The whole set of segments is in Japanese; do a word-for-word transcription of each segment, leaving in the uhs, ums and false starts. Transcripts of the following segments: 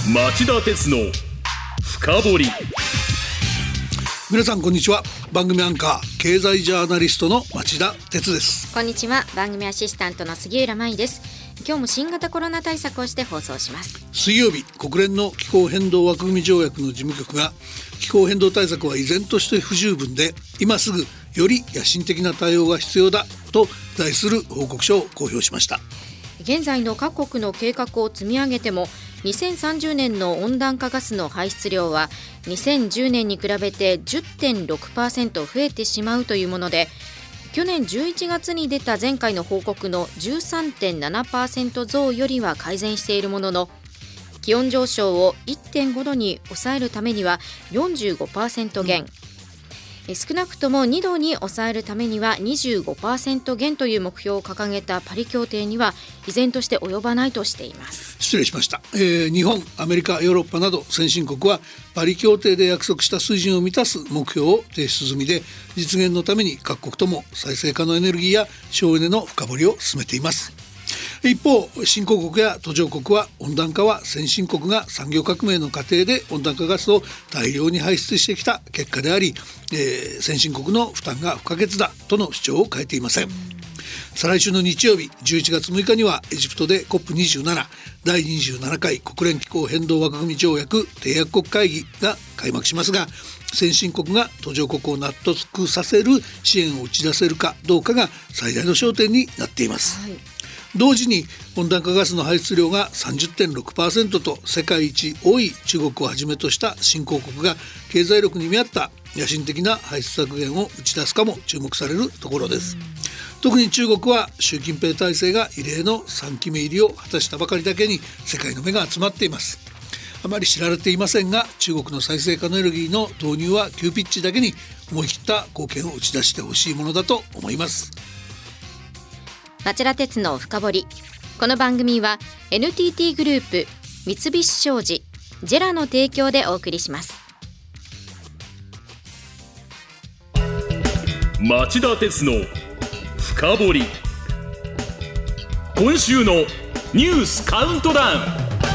町田鉄の深掘り。 皆さんこんにちは。番組アンカー経済ジャーナリストの町田鉄です。 こんにちは。番組アシスタントの杉浦舞です。今日も新型コロナ対策をして放送します。 水曜日、国連の気候変動枠組条約の事務局が気候変動対策は依然として不十分で今すぐより野心的な対応が必要だと題する報告書を公表しました。 現在の各国の計画を積み上げてもにせんさんじゅうねんの温暖化ガスの排出量はにせんじゅうねんに比べて じゅってんろくパーセント 増えてしまうというもので、去年じゅういちがつに出た前回の報告の じゅうさんてんななパーセント 増よりは改善しているものの、気温上昇を いってんごどに抑えるためには よんじゅうごパーセント 減、うん、少なくともにどに抑えるためには にじゅうごパーセント 減という目標を掲げたパリ協定には依然として及ばないとしています。 失礼しました、えー、日本、アメリカ、ヨーロッパなど先進国はパリ協定で約束した水準を満たす目標を提出済みで、実現のために各国とも再生可能エネルギーや省エネの深掘りを進めています。一方、新興国や途上国は温暖化は先進国が産業革命の過程で温暖化ガスを大量に排出してきた結果であり、えー、先進国の負担が不可欠だとの主張を変えていません。再来週の日曜日じゅういちがつむいかにはエジプトで コップにじゅうなな だいにじゅうななかい国連気候変動枠組条約締約国会議が開幕しますが、先進国が途上国を納得させる支援を打ち出せるかどうかが最大の焦点になっています、はい。同時に温暖化ガスの排出量が さんじゅってんろくパーセント と世界一多い中国をはじめとした新興国が経済力に見合った野心的な排出削減を打ち出すかも注目されるところです。特に中国は習近平体制が異例のさんきめ入りを果たしたばかりだけに世界の目が集まっています。あまり知られていませんが、中国の再生可能エネルギーの導入は急ピッチだけに思い切った貢献を打ち出してほしいものだと思います。 町田鉄の深掘り。この番組は エヌティーティー グループ、三菱商事、ジェラの提供でお送りします。 町田鉄の深掘り。今週のニュースカウントダウン。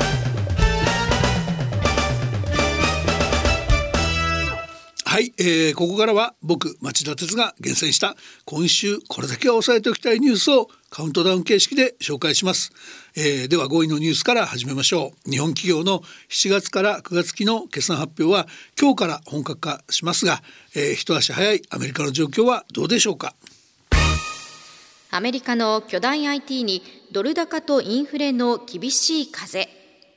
はい、えー、ここからは僕町田鉄が厳選した今週これだけは押さえておきたいニュースをカウントダウン形式で紹介します、えー、ではごいのニュースから始めましょう。日本企業のしちがつからくがつ期の決算発表は今日から本格化しますが、えー、一足早いアメリカの状況はどうでしょうか。 アメリカの巨大 アイティー にドル高とインフレの厳しい風。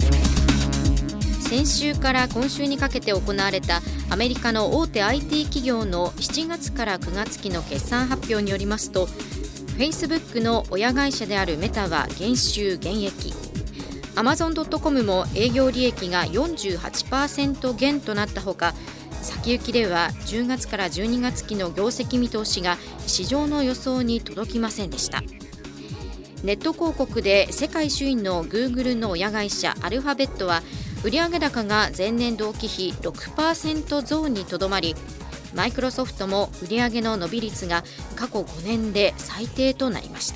先週から今週にかけて行われたアメリカの大手 アイティー 企業のしちがつからくがつ期の決算発表によりますと、Facebook の親会社であるメタは減収減益、 アマゾンドットコム も営業利益が よんじゅうはちパーセント 減となったほか、先行きではじゅうがつからじゅうにがつ期の業績見通しが市場の予想に届きませんでした。ネット広告で世界首位の Google の親会社アルファベットは売上高が前年同期比 ろくパーセント 増にとどまり、マイクロソフトも売上の伸び率が過去ごねんで最低となりました。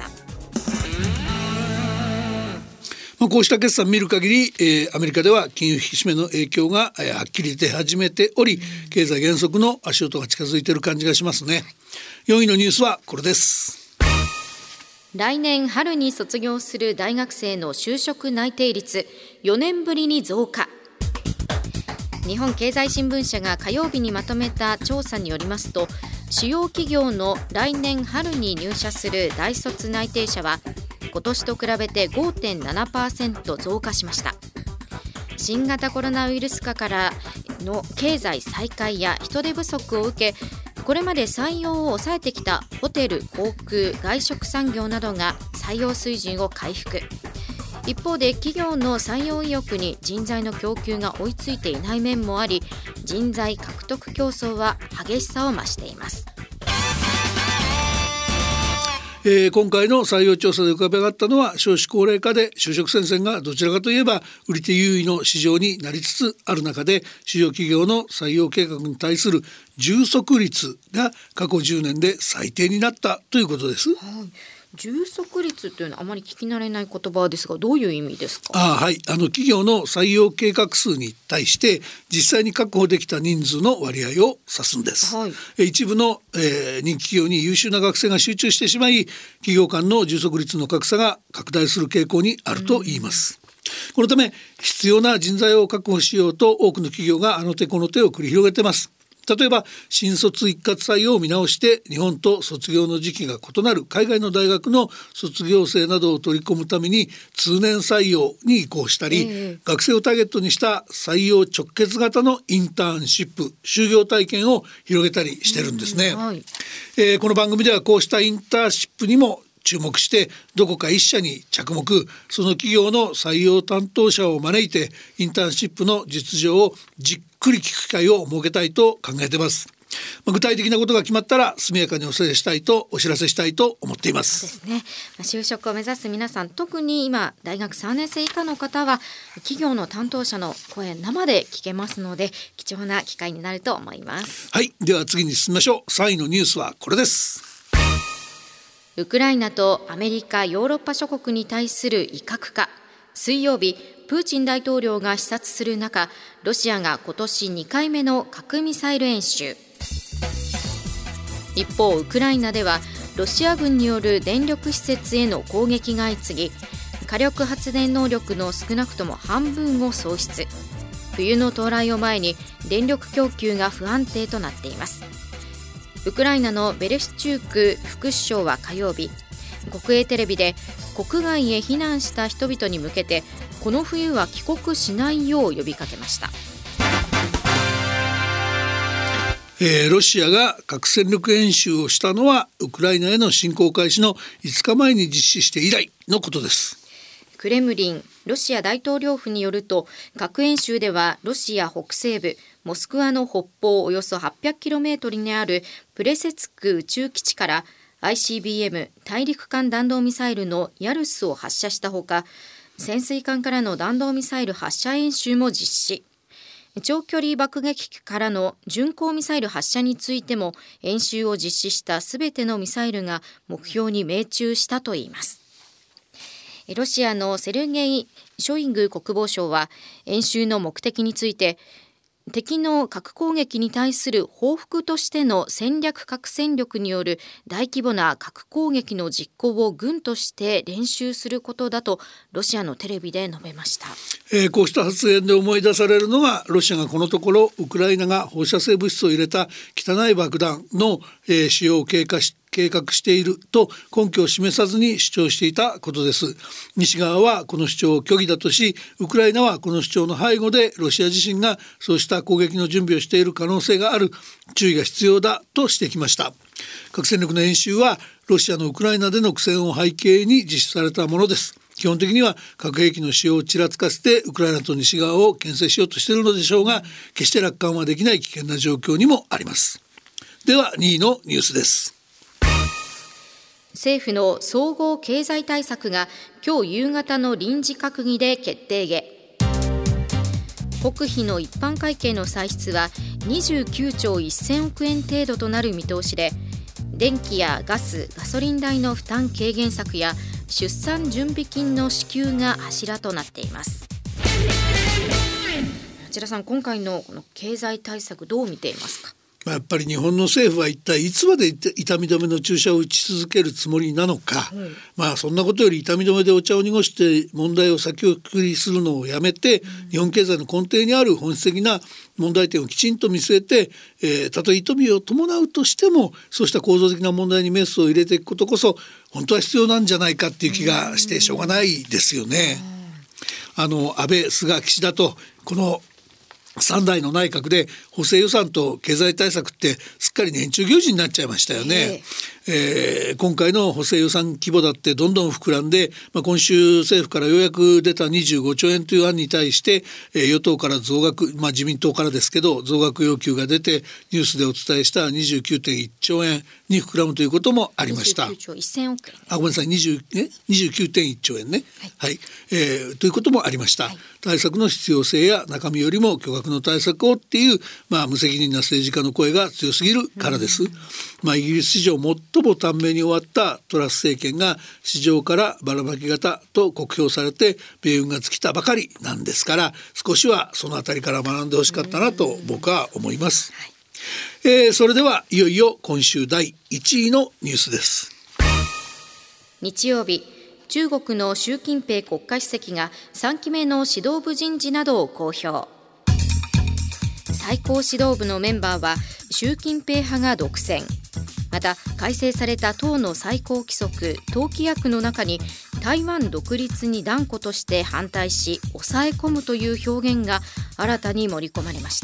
まあ、こうした決算見る限り、えー、アメリカでは金融引き締めの影響が、えー、はっきり出始めており、経済減速の足音が近づいている感じがしますね。よんいのニュースはこれです。 来年春に卒業する大学生の就職内定率よねんぶりに増加。日本経済新聞社が火曜日にまとめた調査によりますと、主要企業の来年春に入社する大卒内定者は今年と比べて ごてんななパーセント 増加しました。新型コロナウイルス禍からの経済再開や人手不足を受け、これまで採用を抑えてきたホテル、航空、外食産業などが採用水準を回復。一方で企業の採用意欲に人材の供給が追いついていない面もあり、人材獲得競争は激しさを増しています。 えー、今回の採用調査で浮かび上がったのは、少子高齢化で就職戦線がどちらかといえば売り手優位の市場になりつつある中で、主要企業の採用計画に対する充足率が過去じゅうねんで最低になったということです。 はい、 充足率というのはあまり聞き慣れない言葉ですが、どういう意味ですか？ あ、はい、あの企業の採用計画数に対して実際に確保できた人数の割合を指すんです、はい、一部の、えー、人気企業に優秀な学生が集中してしまい、企業間の充足率の格差が拡大する傾向にあると言います。このため必要な人材を確保しようと多くの企業があの手この手を繰り広げています。例えば新卒一括採用を見直して日本と卒業の時期が異なる海外の大学の卒業生などを取り込むために通年採用に移行したり、えー、学生をターゲットにした採用直結型のインターンシップ就業体験を広げたりしてるんですね、はい、えー、この番組ではこうしたインターンシップにも注目してどこか一社に着目、その企業の採用担当者を招いてインターンシップの実情をじっくり聞く機会を設けたいと考えています。まあ、具体的なことが決まったら速やかにお知らせしたいとお知らせしたいと思っています。 そうですね、就職を目指す皆さん、特に今大学さんねん生以下の方は企業の担当者の声生で聞けますので貴重な機会になると思います。 はい、では次に進みましょう。さんいのニュースはこれです。 ウクライナとアメリカ、ヨーロッパ諸国に対する威嚇か。水曜日、プーチン大統領が視察する中、ロシアが今年にかいめの核ミサイル演習。一方、ウクライナではロシア軍による電力施設への攻撃が相次ぎ、火力発電能力の少なくとも半分を喪失。冬の到来を前に電力供給が不安定となっています。ウクライナのベレシチューク副首相は火曜日、国営テレビで国外へ避難した人々に向けてこの冬は帰国しないよう呼びかけました。 えー、ロシアが核戦力演習をしたのはウクライナへの侵攻開始のいつかまえに実施して以来のことです。 クレムリン、ロシア大統領府によると、核演習ではロシア北西部モスクワの北方およそ はっぴゃくキロメートル にあるプレセツク宇宙基地から アイシービーエム 大陸間弾道ミサイルのヤルスを発射したほか、潜水艦からの弾道ミサイル発射演習も実施。長距離爆撃機からの巡航ミサイル発射についても演習を実施したすべてのミサイルが目標に命中したといいます。ロシアのセルゲイ・ショイグ国防相は演習の目的について、敵の核攻撃に対する報復としての戦略核戦力による大規模な核攻撃の実行を軍として練習することだとロシアのテレビで述べました。 えー、こうした発言で思い出されるのがロシアがこのところウクライナが放射性物質を入れた汚い爆弾の、えー、使用を計画し計画していると根拠を示さずに主張していたことです。西側はこの主張を虚偽だとし、ウクライナはこの主張の背後でロシア自身がそうした攻撃の準備をしている可能性がある、注意が必要だとしてきました。核戦力の演習はロシアのウクライナでの苦戦を背景に実施されたものです。基本的には核兵器の使用をちらつかせてウクライナと西側を牽制しようとしているのでしょうが、決して楽観はできない危険な状況にもあります。ではにいのニュースです。 政府の総合経済対策が今日夕方の臨時閣議で決定へ。国費の一般会計の歳出はにじゅうきゅうちょうせんおくえん程度となる見通しで、電気やガス、ガソリン代の負担軽減策や出産準備金の支給が柱となっています。内田さん、今回のこの経済対策どう見ていますか？ やっぱり日本の政府は一体いつまで痛み止めの注射を打ち続けるつもりなのか、うん、まあそんなことより痛み止めでお茶を濁して問題を先送りするのをやめて、うん、日本経済の根底にある本質的な問題点をきちんと見据えて、えー、たとえ痛みを伴うとしてもそうした構造的な問題にメスを入れていくことこそ本当は必要なんじゃないかっていう気がしてしょうがないですよね。うん、あの安倍、菅、岸田とこのさんだいの内閣で補正予算と経済対策ってすっかり年中行事になっちゃいましたよね。えー、今回の補正予算規模だってどんどん膨らんで、まあ、今週政府からようやく出たにじゅうごちょうえんという案に対して、えー、与党から増額、まあ、自民党からですけど増額要求が出てニュースでお伝えした にじゅうきゅうてんいっちょうえんに膨らむということもありました。 にじゅうきゅうちょうせんおくえん、 あ、ごめんなさい、にじゅう、え、にじゅうきゅうてんいっちょうえんね、はいはい、えー、ということもありました。はい、対策の必要性や中身よりも巨額額の対策をっていう、まあ、無責任な政治家の声が強すぎるからです、まあ、イギリス史上最も短命に終わったトラス政権が市場からばらまき型と酷評されて命運が尽きたばかりなんですから、少しはそのあたりから学んでほしかったなと僕は思います、えー、それではいよいよ今週だいいちいのニュースです。 日曜日、中国の習近平国家主席がさんきめの指導部人事などを公表。最高指導部のメンバーは習近平派が独占。また改正された党の最高規則党規約の中に台湾独立に断固として反対し抑え込むという表現が新たに盛り込まれました。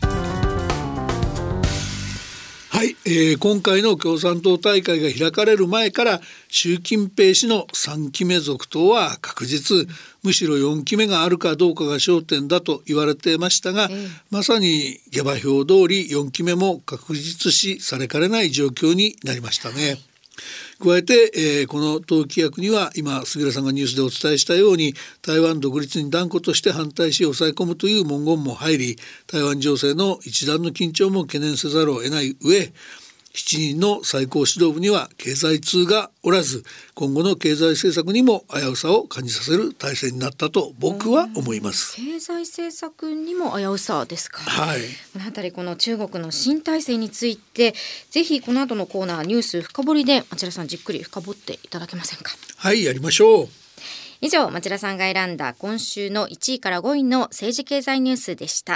はい、えー、今回の共産党大会が開かれる前から習近平氏のさんきめ続投は確実、むしろよんきめがあるかどうかが焦点だと言われてましたが、えー、まさに下馬評通りよんきめも確実視されかねない状況になりましたね、はい。加えて、えー、この党規約には今杉浦さんがニュースでお伝えしたように台湾独立に断固として反対し抑え込むという文言も入り、台湾情勢の一段の緊張も懸念せざるを得ない上、しちにんの最高指導部には経済通がおらず今後の経済政策にも危うさを感じさせる体制になったと僕は思います。 経済政策にも危うさですか。 はい、 このあたりこの中国の新体制についてぜひこの後のコーナーニュース深掘りで町田さんじっくり深掘っていただけませんか。 はい、やりましょう。 以上、町田さんが選んだ今週のいちいからごいの政治経済ニュースでした。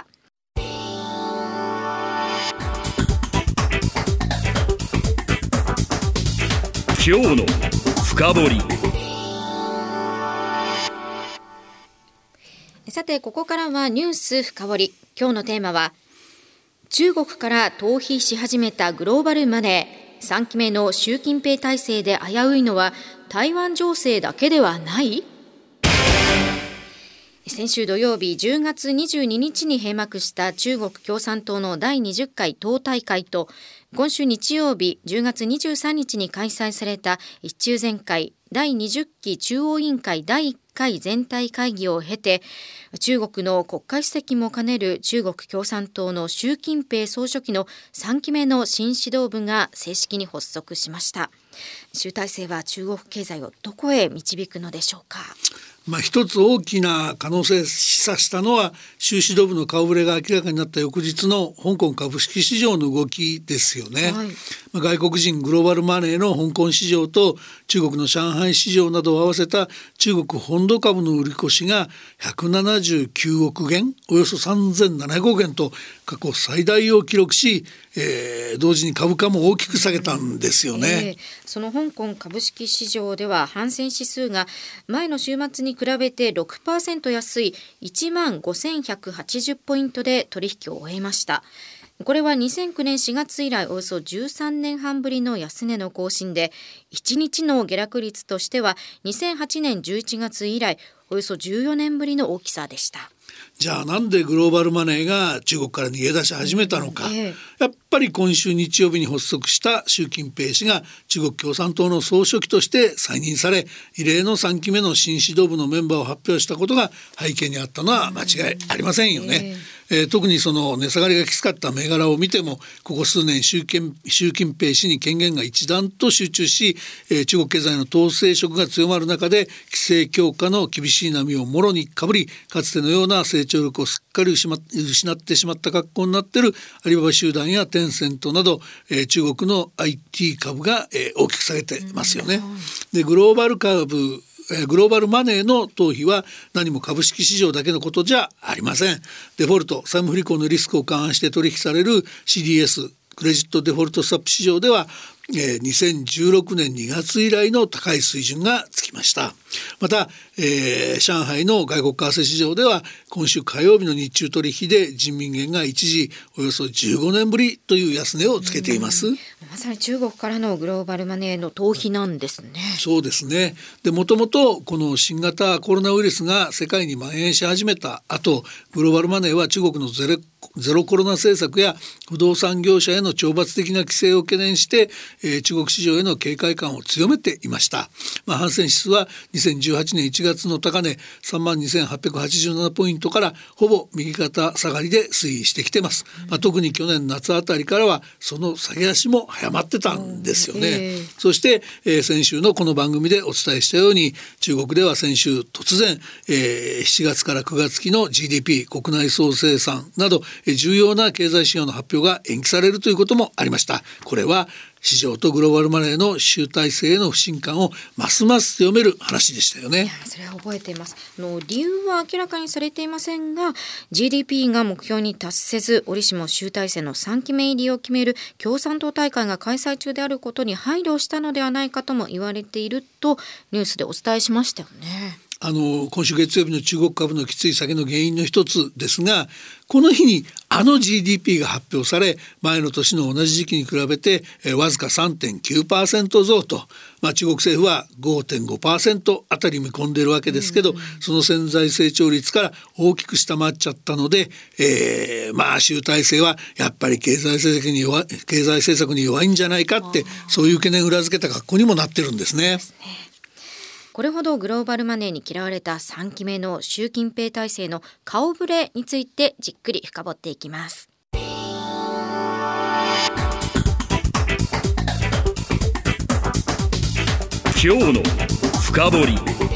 今日の深掘り。 さてここからはニュース深掘り。今日のテーマは中国から逃避し始めたグローバルマネー、さんきめの習近平体制で危ういのは台湾情勢だけではない。先週土曜日じゅうがつにじゅうににちに閉幕した中国共産党のだいにじゅっかい党大会と今週日曜日じゅうがつにじゅうさんにちに開催された一中全会だいにじゅっき中央委員会だいいっかい全体会議を経て、中国の国家主席も兼ねる中国共産党の習近平総書記のさんきめの新指導部が正式に発足しました。習体制は中国経済をどこへ導くのでしょうか。 まあ、一つ大きな可能性を示唆したのは習指導部の顔ぶれが明らかになった翌日の香港株式市場の動きですよね、はい。まあ、外国人グローバルマネーの香港市場と中国の上海市場などを合わせた中国本土株の売り越しがひゃくななじゅうきゅうおくげん、およそさんぜんななひゃくおくえんと過去最大を記録し、えー、同時に株価も大きく下げたんですよね、 えー、その香港株式市場ではハンセン指数が前の週末に比べて ろくパーセント 安い いちまんごせんひゃくはちじゅうポイントで取引を終えました。これはにせんきゅうねんしがつ以来およそじゅうさんねんはんぶりの安値の更新で、いちにちの下落率としてはにせんはちねんじゅういちがつ以来およそじゅうよねんぶりの大きさでした。 じゃあなんでグローバルマネーが中国から逃げ出し始めたのか、ええ、やっぱり今週日曜日に発足した習近平氏が中国共産党の総書記として再任され、異例のさんきめの新指導部のメンバーを発表したことが背景にあったのは間違いありませんよね、えええー、特にその値下がりがきつかった銘柄を見てもここ数年習近、習近平氏に権限が一段と集中し、えー、中国経済の統制色が強まる中で規制強化の厳しい波をもろにかぶり、かつてのような成長力をすっかり失ってしまった格好になっているアリババ集団やテンセントなど、えー、中国の アイティー 株が、えー、大きく下げてますよね。でグローバル株グローバルマネーの逃避は何も株式市場だけのことじゃありません。デフォルト、債務不履行のリスクを勘案して取引される シーディーエス クレジットデフォルトスワップ市場では、えー、にせんじゅうろくねんにがつ以来の高い水準がつきました。また、えー、上海の外国為替市場では今週火曜日の日中取引で人民元が一時およそじゅうごねんぶりという安値をつけています。 まさに中国からのグローバルマネーの逃避なんですね。 そうですね。でもともとこの新型コロナウイルスが世界に蔓延し始めた後、グローバルマネーは中国のゼロゼロコロナ政策や不動産業者への懲罰的な規制を懸念して、 えー、中国市場への警戒感を強めていました。まあ、ハンセン指数はにせんじゅうはちねんいちがつの高値 さんまんにせんはっぴゃくはちじゅうななポイントからほぼ右肩下がりで推移してきてます。まあ、特に去年夏あたりからはその下げ足も早まってたんですよね、えー、そして、えー、先週のこの番組でお伝えしたように中国では先週突然、えー、しちがつからくがつ期の ジーディーピー 国内総生産など、えー、重要な経済指標の発表が延期されるということもありました。これは市場とグローバルマネーの集大成への不信感をますます強める話でしたよね。 いやそれは覚えています。あの理由は明らかにされていませんが ジーディーピー が目標に達せず折しも集大成のさんきめ入りを決める共産党大会が開催中であることに配慮したのではないかとも言われているとニュースでお伝えしましたよね。 あの今週月曜日の中国株のきつい下げの原因の一つですが、この日にあの ジーディーピー が発表され前の年の同じ時期に比べてえわずか さんてんきゅうパーセント 増と、まあ、中国政府は ごてんごパーセント あたり見込んでいるわけですけど、うんうん、その潜在成長率から大きく下回っちゃったので、えー、まあ集大成はやっぱり経済政策に弱経済政策に弱いんじゃないかって、そういう懸念を裏付けた格好にもなってるんですね。 ですね。これほどグローバルマネーに嫌われたさんきめの習近平体制の顔ぶれについてじっくり深掘っていきます。 今日の深掘り。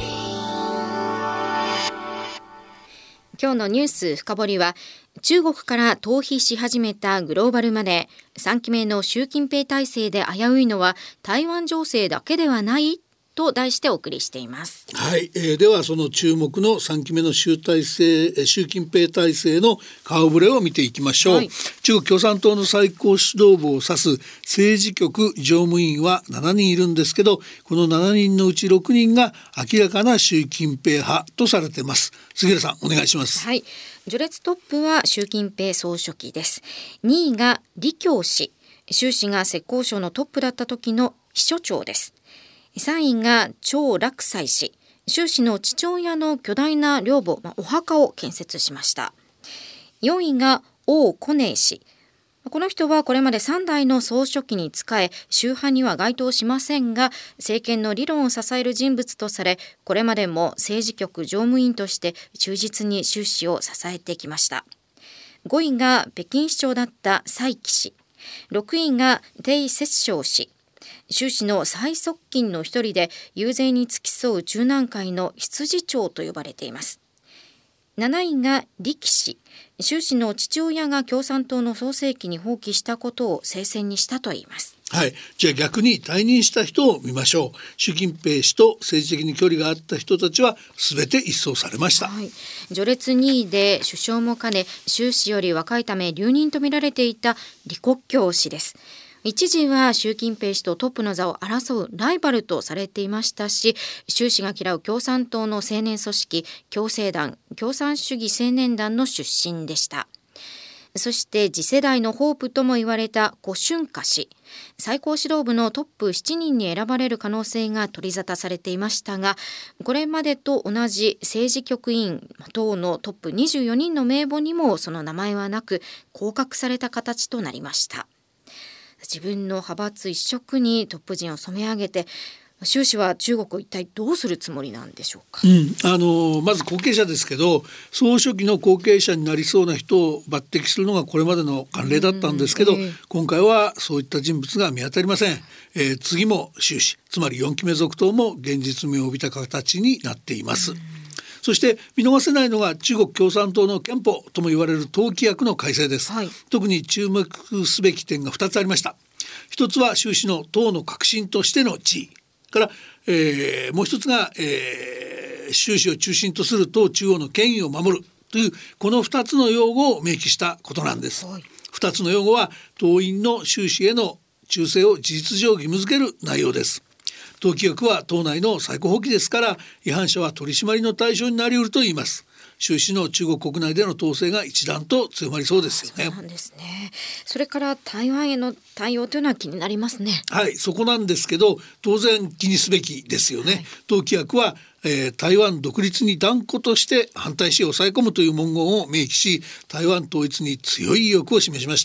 今日のニュース深掘りは中国から逃避し始めたグローバルマネー、さんきめの習近平体制で危ういのは台湾情勢だけではないと題してお送りしています。 はい、えー、ではその注目のさんきめの習体制習近平体制の顔ぶれを見ていきましょう、はい、中国共産党の最高指導部を指す政治局常務委員はしちにんいるんですけど、このしちにんのうちろくにんが明らかな習近平派とされています。杉浦さんお願いします。 はい、序列トップは習近平総書記です。にいが李強氏、習氏が浙江省のトップだった時の秘書長です。さんいが張楽斎氏、習氏の父親の巨大な陵墓、まあ、お墓を建設しました。よんいが王滬寧氏、この人はこれまでさんだいの総書記に仕え習派には該当しませんが政権の理論を支える人物とされ、これまでも政治局常務委員として忠実に習氏を支えてきました。ごいが北京市長だった蔡奇氏、ろくいが鄭雪松氏、習氏の最側近の一人で遊説に付き添う中南海の執事長と呼ばれています。なないが李毅氏、習氏の父親が共産党の創世期に放棄したことを聖戦にしたといいます。 はい、じゃあ逆に退任した人を見ましょう。習近平氏と政治的に距離があった人たちは全て一掃されました、 はい、序列にいで首相も兼ね習氏より若いため留任とみられていた李克強氏です。一時は習近平氏とトップの座を争うライバルとされていましたし、習氏が嫌う共産党の青年組織共青団、共産主義青年団の出身でした。そして次世代のホープとも言われた胡春華氏、最高指導部のトップしちにんに選ばれる可能性が取り沙汰されていましたが、これまでと同じ政治局委員等のトップにじゅうよにんの名簿にもその名前はなく降格された形となりました。自分の派閥一色にトップ陣を染め上げて習氏は中国を一体どうするつもりなんでしょうか。 うん、あのまず後継者ですけど、総書記の後継者になりそうな人を抜擢するのがこれまでの慣例だったんですけど、うんえー、今回はそういった人物が見当たりません、えー、次も習氏、つまりよんきめ続投も現実味を帯びた形になっています、うん。そして見逃せないのが中国共産党の憲法とも言われる党規約の改正です、はい、特に注目すべき点がふたつありました。一つは習氏の党の核心としての地位から、えー、もう一つが、えー、習氏を中心とする党中央の権威を守るというこのふたつの用語を明記したことなんです、はい、ふたつの用語は党員の習氏への忠誠を事実上義務付ける内容です。党規約は党内の最高法規ですから違反者は取り締まりの対象になりうると言います。習氏の中国国内での統制が一段と強まりそうですよね。 そうなんですね。それから台湾への対応というのは気になりますね。 はい、そこなんですけど当然気にすべきですよね、はい、党規約は、えー、台湾独立に断固として反対し抑え込むという文言を明記し台湾統一に強い意欲を示しました。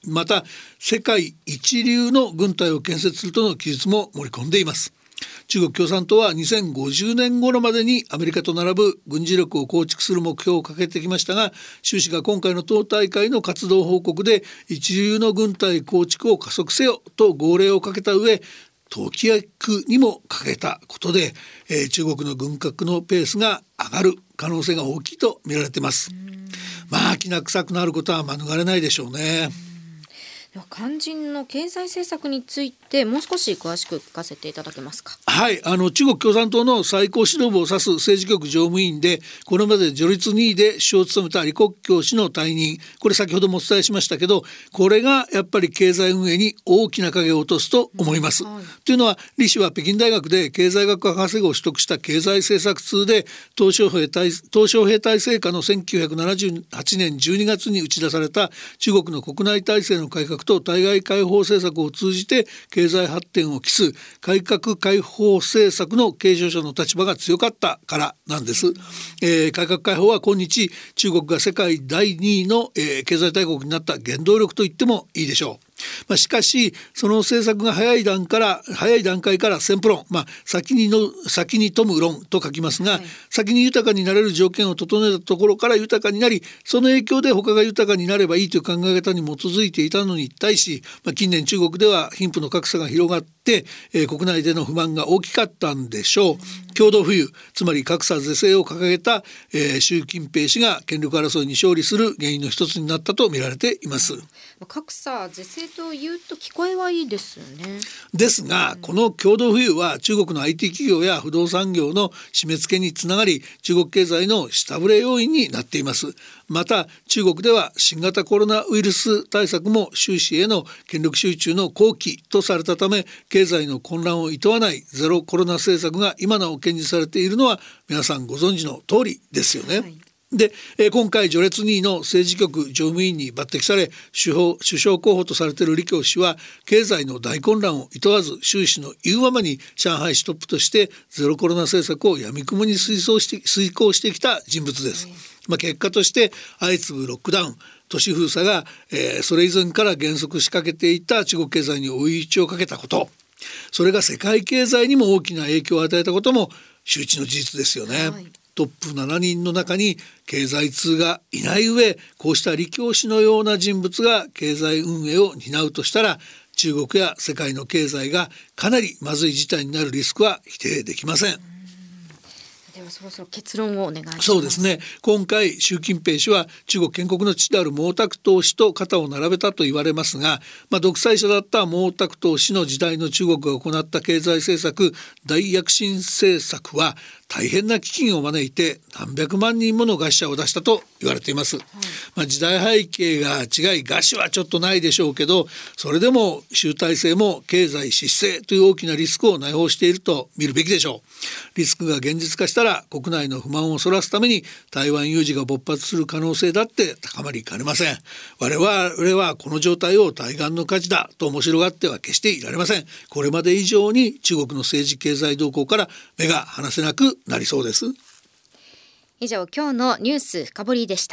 また世界一流の軍隊を建設するとの記述も盛り込んでいます。中国共産党はにせんごじゅうねん頃までにアメリカと並ぶ軍事力を構築する目標を掲げてきましたが、習氏が今回の党大会の活動報告で一流の軍隊構築を加速せよと号令をかけた上、党規約にも掲げたことで、えー、中国の軍拡のペースが上がる可能性が大きいと見られています。まあきな臭くなることは免れないでしょうね。 では肝心の経済政策についてもう少し詳しく聞かせていただけますか。 はい、あの中国共産党の最高指導部を指す政治局常務委員で、これまで序列にいで首相を務めた李克強氏の退任、これ先ほどもお伝えしましたけど、これがやっぱり経済運営に大きな影を落とすと思います、うんはい、というのは李氏は北京大学で経済学博士号を取得した経済政策通で、鄧小平体鄧小平体制下のせんきゅうひゃくななじゅうはちねんじゅうにがつに打ち出された中国の国内体制の改革と対外開放政策を通じて経済発展を期す改革開放政策の継承者の立場が強かったからなんです、えー、改革開放は今日中国が世界だいにいの、えー、経済大国になった原動力と言ってもいいでしょう。まあ、しかしその政策が早い段から早い段階から先プ論、まあ、先にの先に富む論と書きますが、はい、先に豊かになれる条件を整えたところから豊かになり、その影響で他が豊かになればいいという考え方に基づいていたのに対し、まあ、近年中国では貧富の格差が広がって、えー、国内での不満が大きかったんでしょう、うん、共同富裕、つまり格差是正を掲げた、えー、習近平氏が権力争いに勝利する原因の一つになったと見られています。 格差是正というと聞こえはいいですよね。 ですが、うん、この共同富裕は中国の アイティー 企業や不動産業の締め付けにつながり、中国経済の下振れ要因になっています。また中国では新型コロナウイルス対策も習氏への権力集中の好機とされたため、経済の混乱を厭わないゼロコロナ政策が今なお堅持されているのは皆さんご存知の通りですよね、はい。で、えー、今回序列にいの政治局常務委員に抜擢され首相、首相候補とされている李強氏は、経済の大混乱を厭わず習氏の言うままに上海市トップとしてゼロコロナ政策をやみくもに遂行して遂行してきた人物です、はい。まあ、結果として相次ぐロックダウン、都市封鎖が、えー、それ以前から減速しかけていた中国経済に追い打ちをかけたこと、それが世界経済にも大きな影響を与えたことも周知の事実ですよね、はい。トップしちにんの中に経済通がいない上、こうした李強氏のような人物が経済運営を担うとしたら、中国や世界の経済がかなりまずい事態になるリスクは否定できません。 ではそろそろ結論をお願いします。 そうですね、今回習近平氏は中国建国の父である毛沢東氏と肩を並べたと言われますが、まあ、独裁者だった毛沢東氏の時代の中国が行った経済政策、大躍進政策は大変な飢饉を招いて何百万人もの餓死者を出したと言われています、はい。まあ、時代背景が違い餓死はちょっとないでしょうけど、それでも習体制も経済失勢という大きなリスクを内包していると見るべきでしょう。リスクが現実化したら国内の不満をそらすために台湾有事が勃発する可能性だって高まりかねません。我々はこの状態を対岸の火事だと面白がっては決していられません。これまで以上に中国の政治経済動向から目が離せなくなりそうです。 以上、今日のニュース深掘りでした。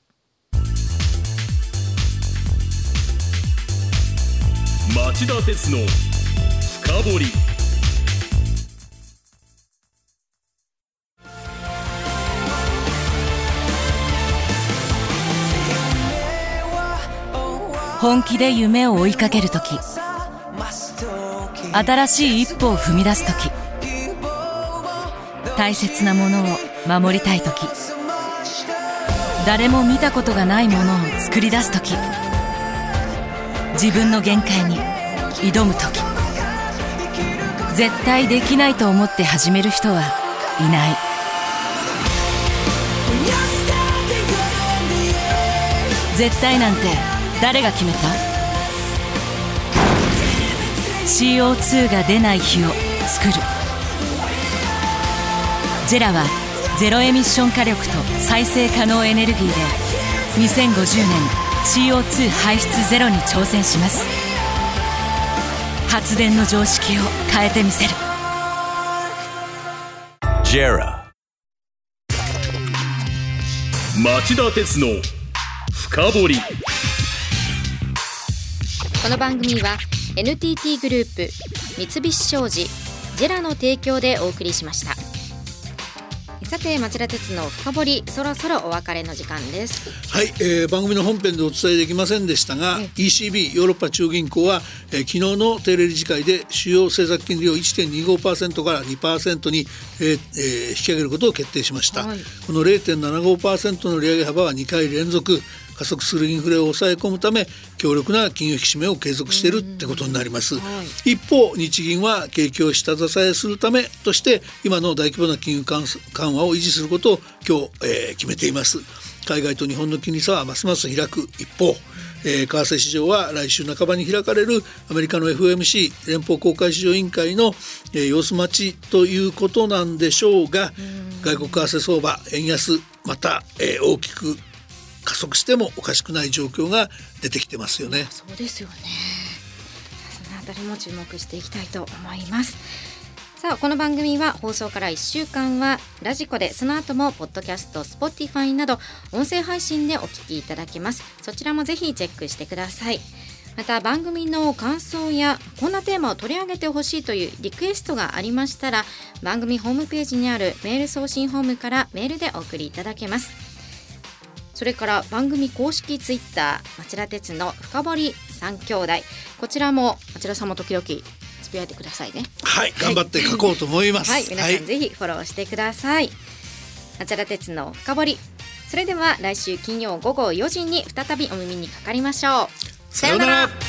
町田鉄の深掘り。 本気で夢を追いかけるとき、新しい一歩を踏み出すとき、大切なものを守りたいとき、誰も見たことがないものを作り出すとき、自分の限界に挑むとき、絶対できないと思って始める人はいない。絶対なんて誰が決めた？ シーオーツー が出ない日を作る。ジェラはゼロエミッション火力と再生可能エネルギーでにせんごじゅうねん シーオーツー 排出ゼロに挑戦します。発電の常識を変えてみせる。 ジェラ、町田鉄の深掘り。 この番組は エヌティーティー グループ、三菱商事、ジェラの提供でお送りしました。さて町田鉄の深掘り、そろそろお別れの時間です。 はい、えー、番組の本編でお伝えできませんでしたが、イーシービー ヨーロッパ中銀行は、えー、昨日の定例理事会で主要政策金利を いってんにごパーセント から にパーセント に、えーえー、引き上げることを決定しました、はい、この れいてんななごパーセント の利上げ幅はにかい連続、加速するインフレを抑え込むため強力な金融引き締めを継続しているってことになります、はい、一方日銀は景気を下支えするためとして今の大規模な金融緩和を維持することを今日、えー、決めています。海外と日本の金利差はますます開く一方、えー、為替市場は来週半ばに開かれるアメリカの エフオーエムシー 連邦公開市場委員会の、えー、様子待ちということなんでしょうが、外国為替相場円安また、えー、大きく加速してもおかしくない状況が出てきてますよね。 そうですよね。そのあたりも注目していきたいと思います。さあこの番組は放送からいっしゅうかんはラジコで、その後もポッドキャスト、Spotify など音声配信でお聞きいただけます。そちらもぜひチェックしてください。また番組の感想やこんなテーマを取り上げてほしいというリクエストがありましたら、番組ホームページにあるメール送信フォームからメールでお送りいただけます。それから番組公式ツイッター、町田鉄の深堀三兄弟、こちらも町田さんも時々つぶやいてくださいね。 はい、頑張って書こうと思います。 はい、皆さんぜひフォローしてください。町田鉄の深堀、それでは来週金曜午後よじに再びお耳にかかりましょう。 さようなら。